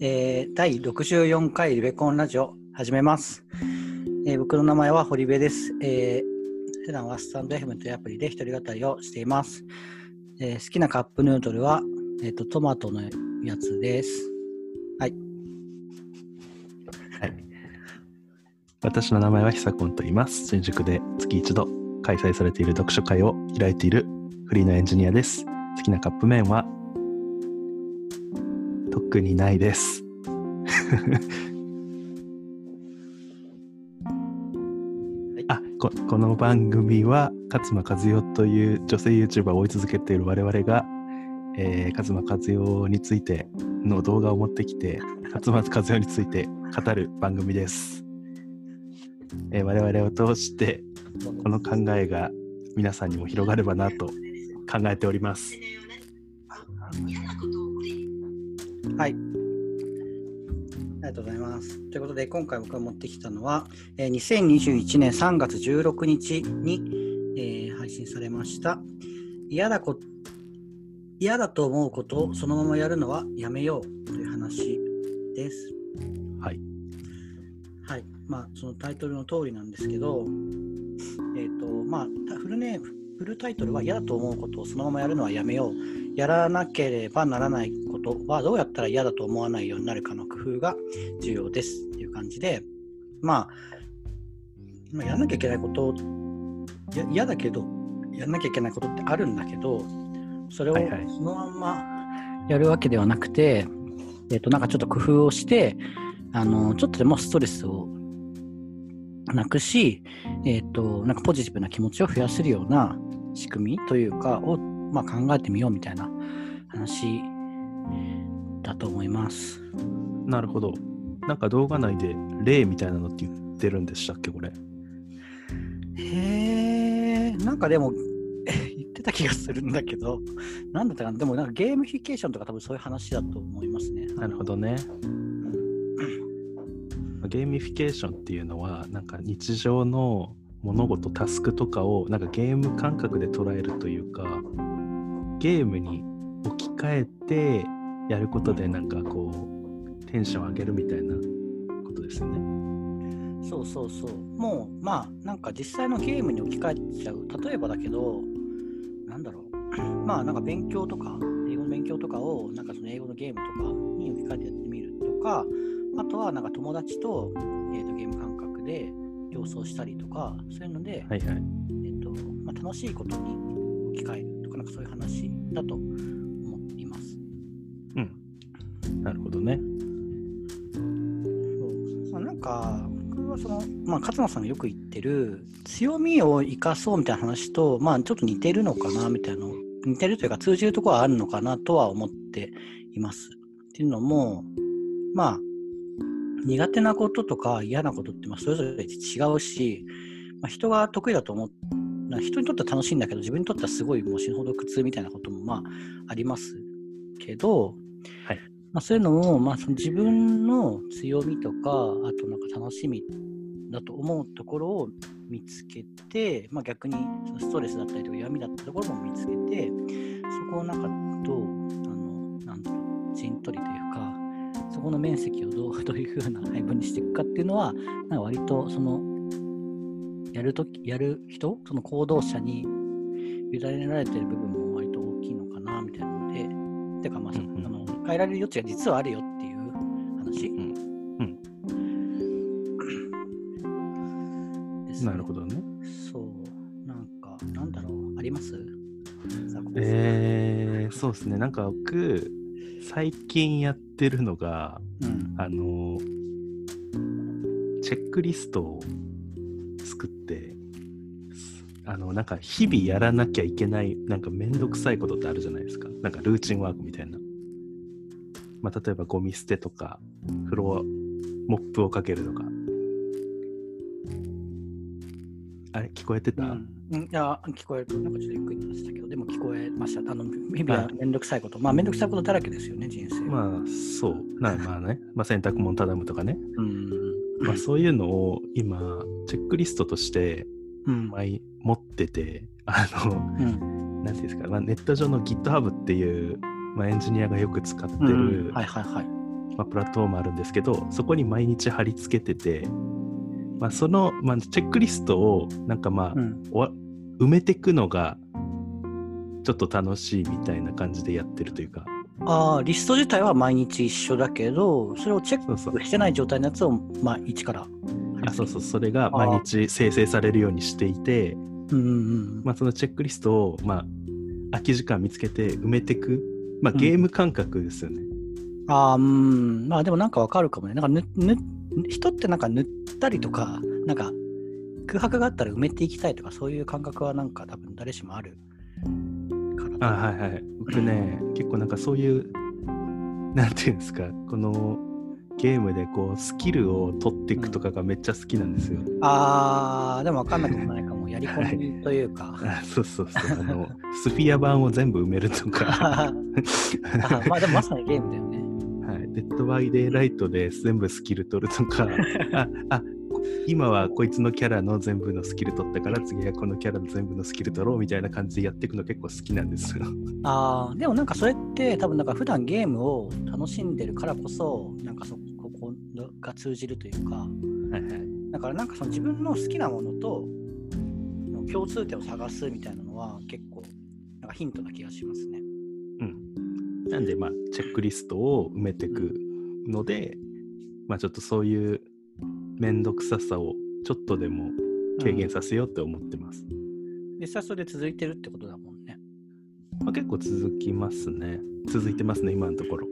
第64回リベコンラジオ始めます。僕の名前は堀部です。普段はスタンド FM というアプリで一人語りをしています。好きなカップヌードルは、トマトのやつです。はい。 はい。私の名前はひさこんと言います。新宿で月一度開催されている読書会を開いているフリーのエンジニアです。好きなカップ麺は特にないです。この番組は勝間和代という女性 YouTuber を追い続けている我々が、勝間和代についての動画を持ってきて勝間和代について語る番組です。我々を通してこの考えが皆さんにも広がればなと考えております。 はい、ありがとうございます。ということで今回僕が持ってきたのは、2021年3月16日に、配信されました嫌だと思うことをそのままやるのはやめようという話です。 はい。 はい。そのタイトルの通りなんですけど、フルタイトルは嫌だと思うことをそのままやるのはやめよう。やらなければならないことはどうやったら嫌だと思わないようになるかの工夫が重要ですっていう感じで、やらなきゃいけないこと嫌だけどやらなきゃいけないことってあるんだけど、それをそのまんまやるわけではなくて、なんかちょっと工夫をして、ちょっとでもストレスをなくし、なんかポジティブな気持ちを増やせるような仕組みというかを、考えてみようみたいな話だと思います。 なるほど。なんか動画内で例みたいなのって言ってるんでしたっけこれ。 なんかでも言ってた気がするんだけど、なんだったかな。でもなんかゲームフィケーションとか多分そういう話だと思いますね。 なるほどね。ゲーミフィケーションっていうのはなんか日常の物事タスクとかをなんかゲーム感覚で捉えるというか、ゲームに置き換えてやることでなんかこうテンション上げるみたいなことですよね。 そうもうなんか実際のゲームに置き換えちゃう。例えばだけどなんだろうなんか勉強とか英語の勉強とかをなんかその英語のゲームとかに置き換えてやってみるとか、あとはなんか友達と、ゲーム感覚で様子をしたりとか、そういうので、楽しいことに置き換えるとか、なんかそういう話だと思っています。 なるほどね。 なんか僕はその、勝間さんがよく言ってる強みを生かそうみたいな話と、ちょっと似てるのかなみたいな、似てるというか通じるところはあるのかなとは思っています。っていうのも、苦手なこととか嫌なことってそれぞれ違うし、人が得意だと思う、人にとっては楽しいんだけど自分にとってはすごいもう死ぬほど苦痛みたいなこともありますけど、そういうのを、その自分の強みとかあとなんか楽しみだと思うところを見つけて、逆にそのストレスだったりとか闇だったところも見つけて、そこをなんか陣取りというかそこの面積をどういう風な配分にしていくかっていうのはなんか割とそのやる人その行動者に委ねられている部分も割と大きいのかなみたいなので、てか変えられる余地が実はあるよっていう話、ですね。 なるほどね。 そうなんだろうあります？ そうですね。なんか僕最近やってるのが、チェックリストを作って、なんか日々やらなきゃいけないなんかめんどくさいことってあるじゃないですか。なんかルーチンワークみたいな。例えばゴミ捨てとか、フロアモップをかけるとか。あれ聞こえてた？ いや聞こえる。なんかちょっとゆっくり話したけど、でも聞こえました。日々はめんどくさいこと、めんどくさいことだらけですよね、人生。 そう。ね。洗濯物畳むとかね。そういうのを今チェックリストとして持ってて、なんていうんですか、ネット上の GitHub っていう、エンジニアがよく使ってる、 プラットフォームあるんですけど、そこに毎日貼り付けてて、その、チェックリストをなんか埋めていくのがちょっと楽しいみたいな感じでやってるというか。 リスト自体は毎日一緒だけど、それをチェックしてない状態のやつを一からそれが毎日生成されるようにしていて、そのチェックリストを空き時間見つけて埋めていく、ゲーム感覚ですよね。 でもなんかわかるかもね。なんか人ってなんか塗ったりとか、なんか空白があったら埋めていきたいとか、そういう感覚はなんか多分誰しもあるから。 はいはい。僕ね、結構なんかそういう、なんていうんですか、このゲームでこうスキルを取っていくとかがめっちゃ好きなんですよ。 でも分かんなくもないかも。やり込みというか。 そう。スフィア版を全部埋めるとか。 でもまさにゲームだよね。 はい。デッドバイデイライトで全部スキル取るとか。今はこいつのキャラの全部のスキル取ったから次はこのキャラの全部のスキル取ろうみたいな感じでやっていくの結構好きなんですよ。 でもなんかそれって多分なんか普段ゲームを楽しんでるからこそなんかここが通じるというか、だからなんかその自分の好きなものと共通点を探すみたいなのは結構なんかヒントな気がしますね。 なんでチェックリストを埋めていくので、ちょっとそういうめんどくささをちょっとでも軽減させようって思ってます。 実際それで続いてるってことだもんね。 結構続いてますね今のところ。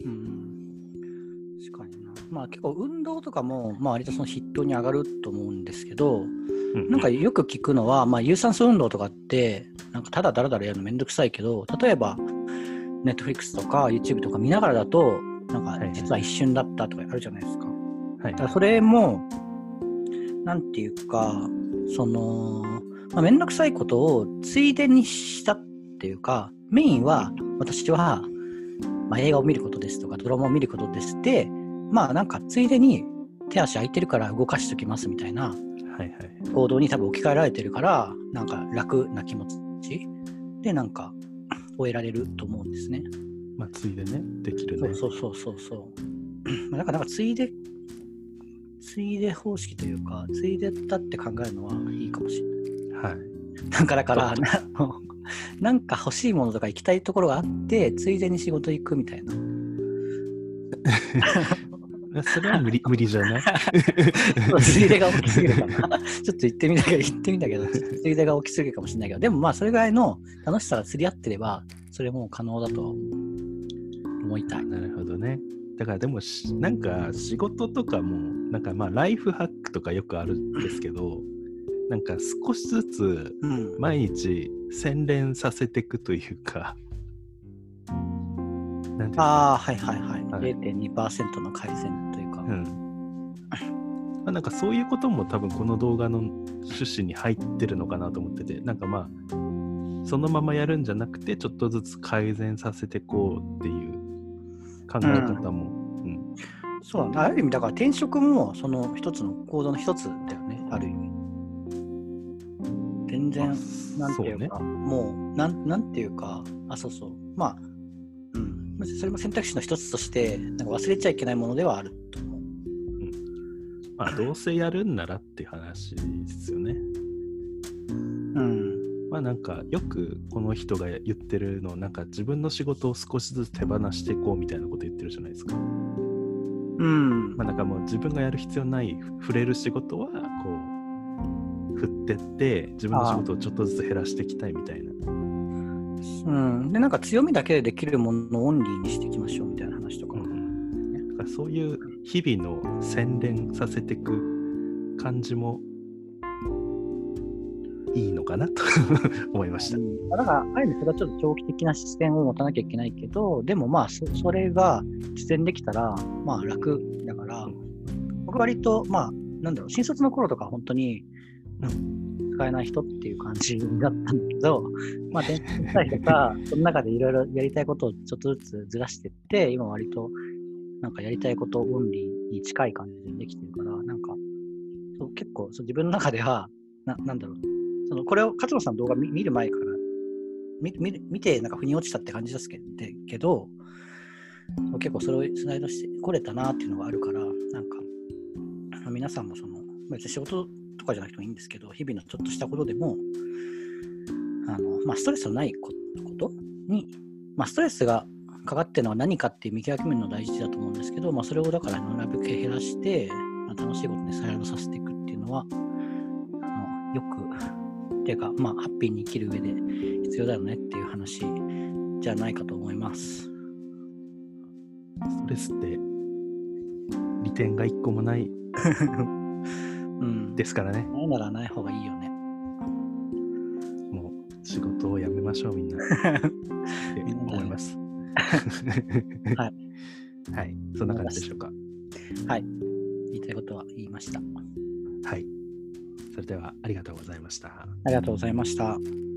確かにな。結構運動とかも割とその筆頭に上がると思うんですけど、なんかよく聞くのは有酸素運動とかってなんかただだらだらやるのめんどくさいけど、例えばNetflix とか YouTube とか見ながらだとなんか実は一瞬だったとかあるじゃないですか。だからそれもなんていうかめんどくさいことをついでにしたっていうか、メインは私は、映画を見ることですとかドラマを見ることですってなんかついでに手足空いてるから動かしておきますみたいな行動に多分置き換えられてるからなんか楽な気持ちでなんか終えられると思うんですね。 ついでねできるね。 そうだからなんかついで方式というか、ついでだって考えるのはいいかもしれない。だからなんか欲しいものとか行きたいところがあってついでに仕事行くみたいな。 それは無理じゃない？ ついでが大きすぎるかな。ちょっと言ってみたけどついでが大きすぎるかもしれないけど、でもそれぐらいの楽しさが釣り合ってればそれも可能だと思いたい。 なるほどね。だからでもなんか仕事とかもなんかライフハックとかよくあるんですけど、なんか少しずつ毎日洗練させていくというか、なんていうか、 0.2% の改善というか、 なんかそういうことも多分この動画の趣旨に入ってるのかなと思ってて、なんかそのままやるんじゃなくてちょっとずつ改善させていこうっていう考え方も、 そうだね。ある意味だから転職もその一つの行動の一つだよね。ある意味全然なんていうか、もうなんていうか、それも選択肢の一つとしてなんか忘れちゃいけないものではあると思う。 どうせやるんならっていう話ですよね。なんかよくこの人が言ってるの、なんか自分の仕事を少しずつ手放していこうみたいなこと言ってるじゃないですか。なんかもう自分がやる必要ない触れる仕事はこう振ってって自分の仕事をちょっとずつ減らしていきたいみたいな。 でなんか強みだけでできるものをオンリーにしていきましょうみたいな話とか。だからそういう日々の洗練させていく感じもいいのかなと思いました。 だからある意味それはちょっと長期的な視点を持たなきゃいけないけど、でもそれが実践できたら楽だから、僕割と新卒の頃とか本当に使えない人っていう感じだったんだけど、転職したりとかその中でいろいろやりたいことをちょっとずつずらしていって、今割となんかやりたいことオンリーに近い感じでできてるから、なんか結構自分の中ではこれを勝野さんの動画見る前から見てなんか腑に落ちたって感じですけど、 結構それをスライドしてこれたなっていうのがあるから、なんか皆さんもその別に仕事とかじゃなくてもいいんですけど、日々のちょっとしたことでもストレスのないことに、ストレスがかかってるのは何かっていう見極めるの大事だと思うんですけど、それをだからなるべく減らして、楽しいことにスライドさせていくっていうのはよくっていうか、ハッピーに生きる上で必要だよねっていう話じゃないかと思います。 ストレスって利点が一個もないですからね。 ないならない方がいいよね。 もう仕事を辞めましょうみんなって思います。 はい。 はい、そんな感じでしょうか。 はい。言いたいことは言いました。 はい。それではありがとうございました。 ありがとうございました。